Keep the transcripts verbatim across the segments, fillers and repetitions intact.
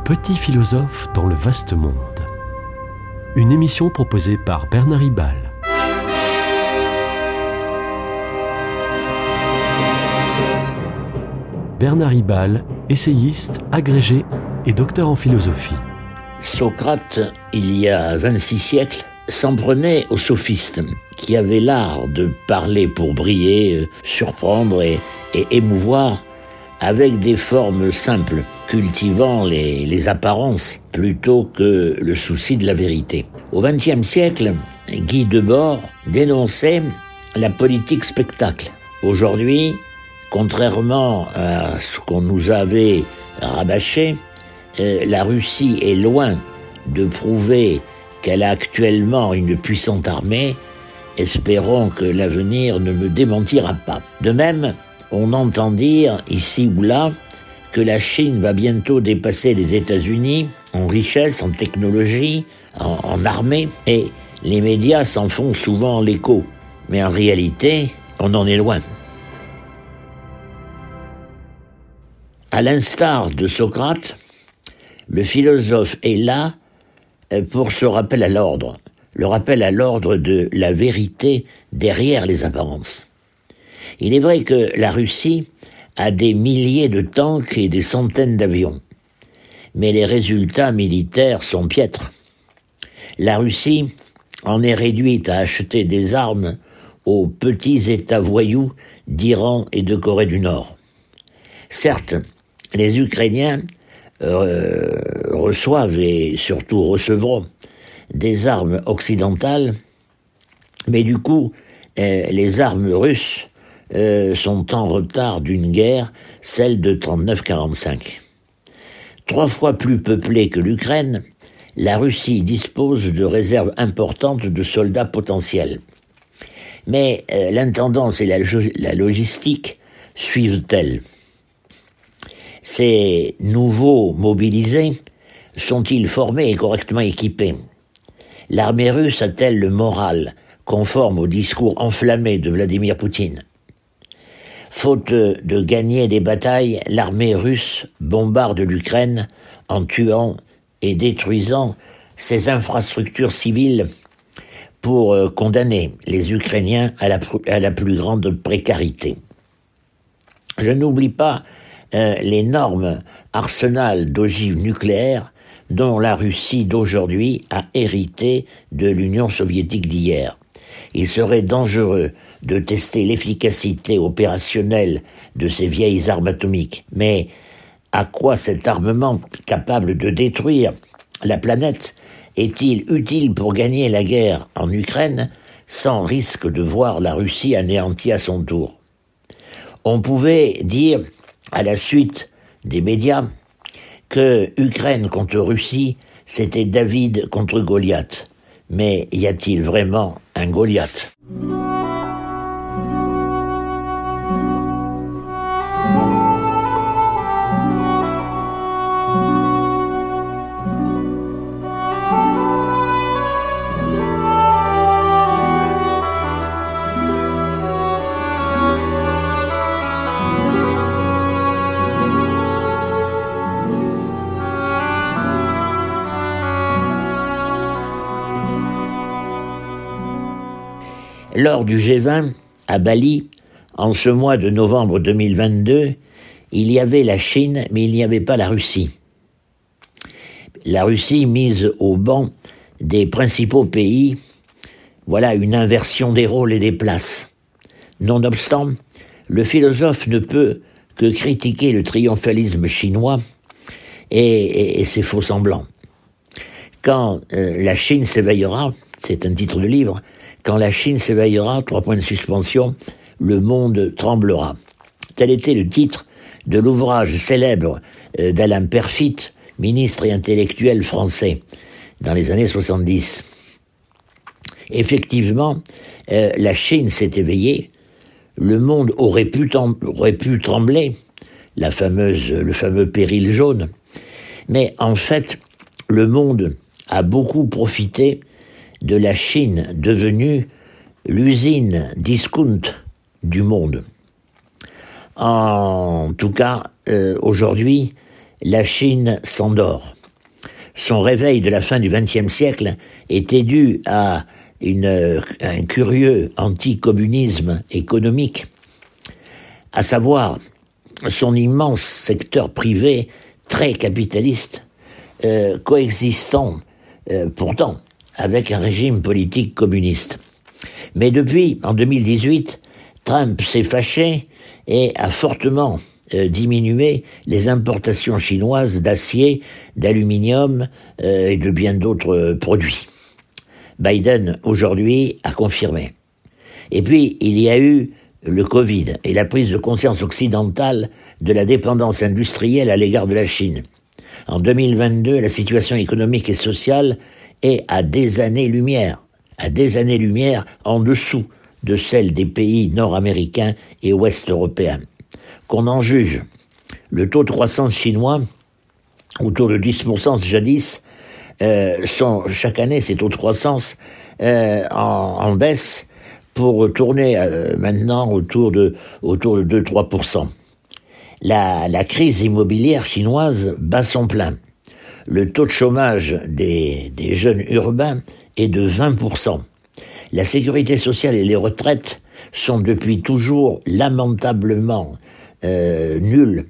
Petit philosophe dans le vaste monde. Une émission proposée par Bernard Hibal. Bernard Hibal, essayiste, agrégé et docteur en philosophie. Socrate, il y a vingt-six siècles, s'en prenait aux sophistes, qui avaient l'art de parler pour briller, surprendre et, et émouvoir avec des formes simples, cultivant les, les apparences plutôt que le souci de la vérité. Au vingtième siècle, Guy Debord dénonçait la politique spectacle. Aujourd'hui, contrairement à ce qu'on nous avait rabâché, euh, la Russie est loin de prouver qu'elle a actuellement une puissante armée. Espérons que l'avenir ne me démentira pas. De même, on entend dire, ici ou là, que la Chine va bientôt dépasser les États-Unis en richesse, en technologie, en, en armée, et les médias s'en font souvent l'écho. Mais en réalité, on en est loin. À l'instar de Socrate, le philosophe est là pour ce rappel à l'ordre, le rappel à l'ordre de la vérité derrière les apparences. Il est vrai que la Russie a des milliers de tanks et des centaines d'avions, mais les résultats militaires sont piètres. La Russie en est réduite à acheter des armes aux petits États voyous d'Iran et de Corée du Nord. Certes, les Ukrainiens euh, reçoivent et surtout recevront des armes occidentales, mais du coup, euh, les armes russes euh, sont en retard d'une guerre, celle de trente-neuf quarante-cinq. Trois fois plus peuplée que l'Ukraine, la Russie dispose de réserves importantes de soldats potentiels. Mais euh, l'intendance et la, la logistique suivent-elles ? Ces nouveaux mobilisés sont-ils formés et correctement équipés ? L'armée russe a-t-elle le moral conforme au discours enflammé de Vladimir Poutine ? Faute de gagner des batailles, l'armée russe bombarde l'Ukraine en tuant et détruisant ses infrastructures civiles pour condamner les Ukrainiens à la, à la plus grande précarité. Je n'oublie pas euh, l'énorme arsenal d'ogives nucléaires dont la Russie d'aujourd'hui a hérité de l'Union soviétique d'hier. Il serait dangereux de tester l'efficacité opérationnelle de ces vieilles armes atomiques. Mais à quoi cet armement capable de détruire la planète est-il utile pour gagner la guerre en Ukraine sans risque de voir la Russie anéantie à son tour ? On pouvait dire, à la suite des médias, que Ukraine contre Russie, c'était David contre Goliath. Mais y a-t-il vraiment un Goliath ? Lors du G vingt, à Bali, en ce mois de novembre deux mille vingt-deux, il y avait la Chine, mais il n'y avait pas la Russie. La Russie mise au banc des principaux pays, voilà une inversion des rôles et des places. Nonobstant, le philosophe ne peut que critiquer le triomphalisme chinois et, et, et ses faux-semblants. Quand euh, la Chine s'éveillera, c'est un titre de livre, quand la Chine s'éveillera, trois points de suspension, le monde tremblera. Tel était le titre de l'ouvrage célèbre d'Alain Perfit, ministre et intellectuel français, dans les années soixante-dix. Effectivement, euh, la Chine s'est éveillée, le monde aurait pu, tem- aurait pu trembler, la fameuse, le fameux péril jaune, mais en fait, le monde a beaucoup profité de la Chine devenue l'usine discount du monde. En tout cas, euh, aujourd'hui, la Chine s'endort. son réveil de la fin du vingtième siècle était dû à une, un curieux anticommunisme économique, à savoir son immense secteur privé très capitaliste, euh, coexistant euh, pourtant avec un régime politique communiste. Mais depuis, en deux mille dix-huit, Trump s'est fâché et a fortement euh, diminué les importations chinoises d'acier, d'aluminium euh, et de bien d'autres euh, produits. Biden, aujourd'hui, a confirmé. Et puis, il y a eu le Covid et la prise de conscience occidentale de la dépendance industrielle à l'égard de la Chine. En deux mille vingt-deux, la situation économique et sociale est à des années-lumière, à des années-lumière en dessous de celle des pays nord-américains et ouest-européens. Qu'on en juge, le taux de croissance chinois, autour de dix pour cent jadis, euh, sont, chaque année, ces taux de croissance euh, en, en baisse pour tourner euh, maintenant autour de, autour de deux à trois pour cent. La, la crise immobilière chinoise bat son plein. Le taux de chômage des, des jeunes urbains est de vingt pour cent. La sécurité sociale et les retraites sont depuis toujours lamentablement euh, nulles.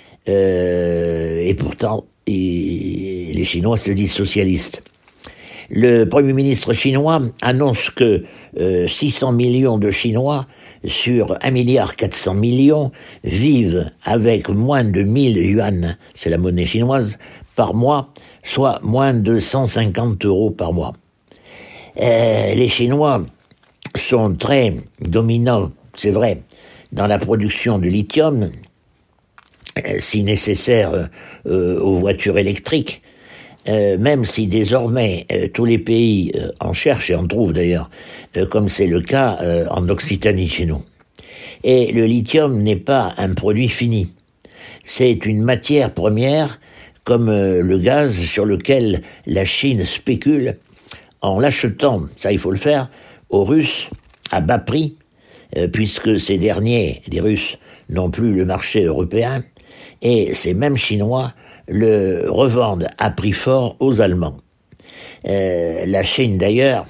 Euh, et pourtant, et, les Chinois se disent socialistes. Le Premier ministre chinois annonce que euh, six cents millions de Chinois sur un milliard quatre cents millions vivent avec moins de mille yuan, c'est la monnaie chinoise, par mois, soit moins de cent cinquante euros par mois. Euh, les Chinois sont très dominants, c'est vrai, dans la production de lithium, euh, si nécessaire euh, aux voitures électriques, euh, même si désormais euh, tous les pays euh, en cherchent et en trouvent d'ailleurs, euh, comme c'est le cas euh, en Occitanie chez nous. Et le lithium n'est pas un produit fini. C'est une matière première comme euh, le gaz sur lequel la Chine spécule en l'achetant, ça il faut le faire, aux Russes à bas prix, euh, puisque ces derniers, les Russes, n'ont plus le marché européen, et ces mêmes Chinois le revendent à prix fort aux Allemands. Euh, la Chine d'ailleurs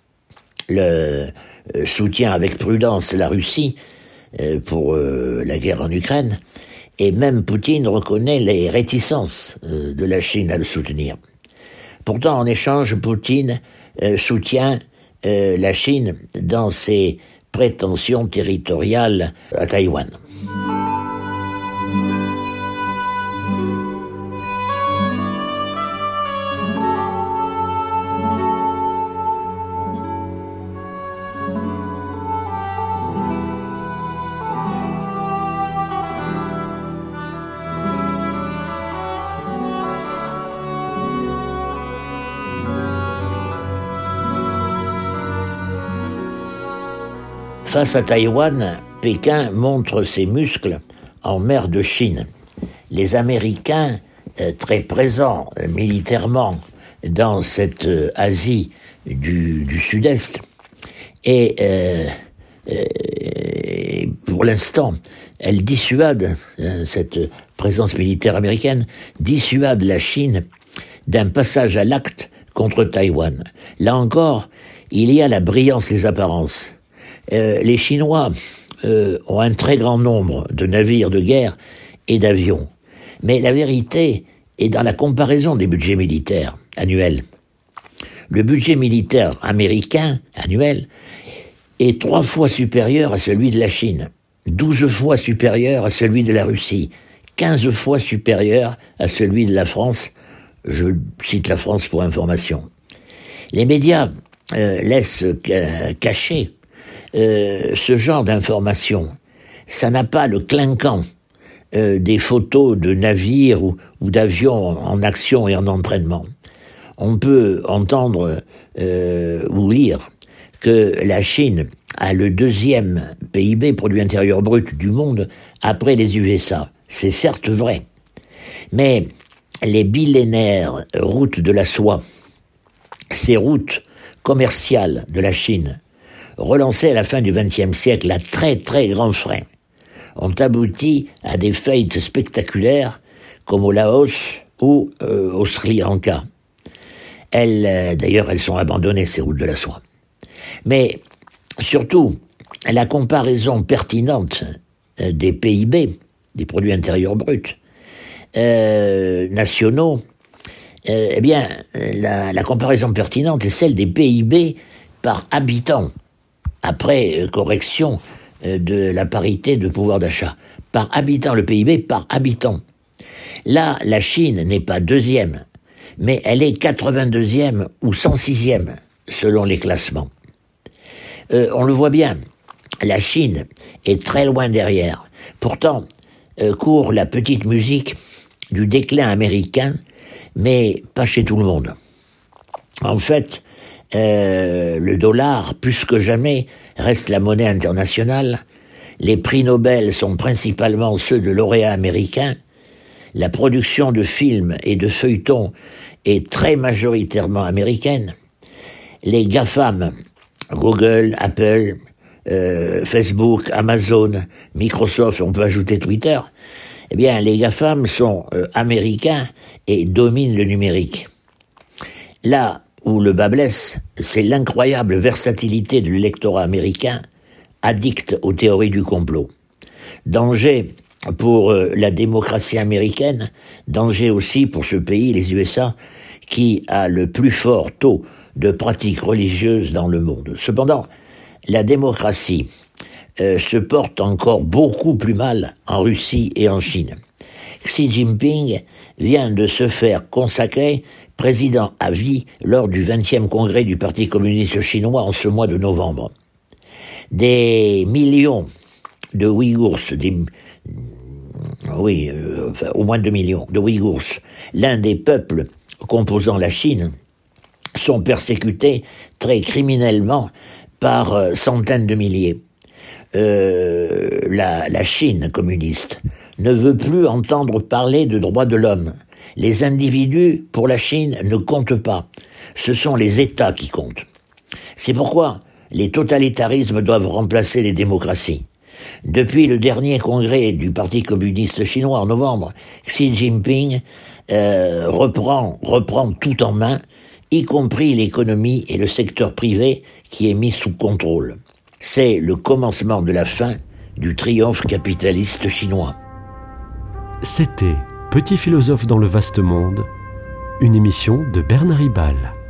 le euh, soutient avec prudence la Russie euh, pour euh, la guerre en Ukraine, et même Poutine reconnaît les réticences euh, de la Chine à le soutenir. Pourtant, en échange, Poutine euh, soutient euh, la Chine dans ses prétentions territoriales à Taïwan. Face à Taïwan, Pékin montre ses muscles en mer de Chine. Les Américains, euh, très présents euh, militairement dans cette euh, Asie du, du Sud-Est, et euh, euh, pour l'instant, elle dissuade, euh, cette présence militaire américaine, dissuade la Chine d'un passage à l'acte contre Taïwan. Là encore, il y a la brillance des apparences. Euh, les Chinois euh, ont un très grand nombre de navires de guerre et d'avions. Mais la vérité est dans la comparaison des budgets militaires annuels. Le budget militaire américain annuel est trois fois supérieur à celui de la Chine, douze fois supérieur à celui de la Russie, quinze fois supérieur à celui de la France. Je cite la France pour information. Les médias euh, laissent ca- cacher Euh, ce genre d'information. Ça n'a pas le clinquant euh, des photos de navires ou, ou d'avions en action et en entraînement. On peut entendre euh, ou lire que la Chine a le deuxième P I B, produit intérieur brut, du monde, après les U S A. C'est certes vrai. Mais les millénaires routes de la soie, ces routes commerciales de la Chine, relancées à la fin du vingtième siècle à très très grands frais, ont abouti à des faillites spectaculaires comme au Laos ou euh, au Sri Lanka. Elles, euh, d'ailleurs, elles sont abandonnées, ces routes de la soie. Mais surtout, la comparaison pertinente euh, des P I B, des produits intérieurs bruts, euh, nationaux, euh, eh bien, la, la comparaison pertinente est celle des P I B par habitant, après euh, correction euh, de la parité de pouvoir d'achat. Par habitant, le P I B par habitant. Là, la Chine n'est pas deuxième, mais elle est quatre-vingt-deuxième ou cent sixième, selon les classements. Euh, on le voit bien, la Chine est très loin derrière. Pourtant, euh, court la petite musique du déclin américain, mais pas chez tout le monde. En fait, euh, le dollar, plus que jamais, reste la monnaie internationale. Les prix Nobel sont principalement ceux de lauréats américains. La production de films et de feuilletons est très majoritairement américaine. Les GAFAM, Google, Apple, euh, Facebook, Amazon, Microsoft, on peut ajouter Twitter, eh bien, les GAFAM sont euh, américains et dominent le numérique. Là où le bas blesse, c'est l'incroyable versatilité de l'électorat américain, addict aux théories du complot. Danger pour euh, la démocratie américaine, danger aussi pour ce pays, les U S A, qui a le plus fort taux de pratiques religieuses dans le monde. Cependant, la démocratie euh, se porte encore beaucoup plus mal en Russie et en Chine. Xi Jinping vient de se faire consacrer président à vie lors du vingtième congrès du Parti communiste chinois en ce mois de novembre. Des millions de Ouïghours, des, oui, euh, enfin, au moins deux millions de Ouïghours, l'un des peuples composant la Chine, sont persécutés très criminellement par euh, centaines de milliers. Euh, la, la Chine communiste ne veut plus entendre parler de droits de l'homme. Les individus, pour la Chine, ne comptent pas. Ce sont les États qui comptent. C'est pourquoi les totalitarismes doivent remplacer les démocraties. Depuis le dernier congrès du Parti communiste chinois en novembre, Xi Jinping euh, reprend, reprend tout en main, y compris l'économie et le secteur privé qui est mis sous contrôle. C'est le commencement de la fin du triomphe capitaliste chinois. C'était Petit philosophe dans le vaste monde, une émission de Bernard Ribal.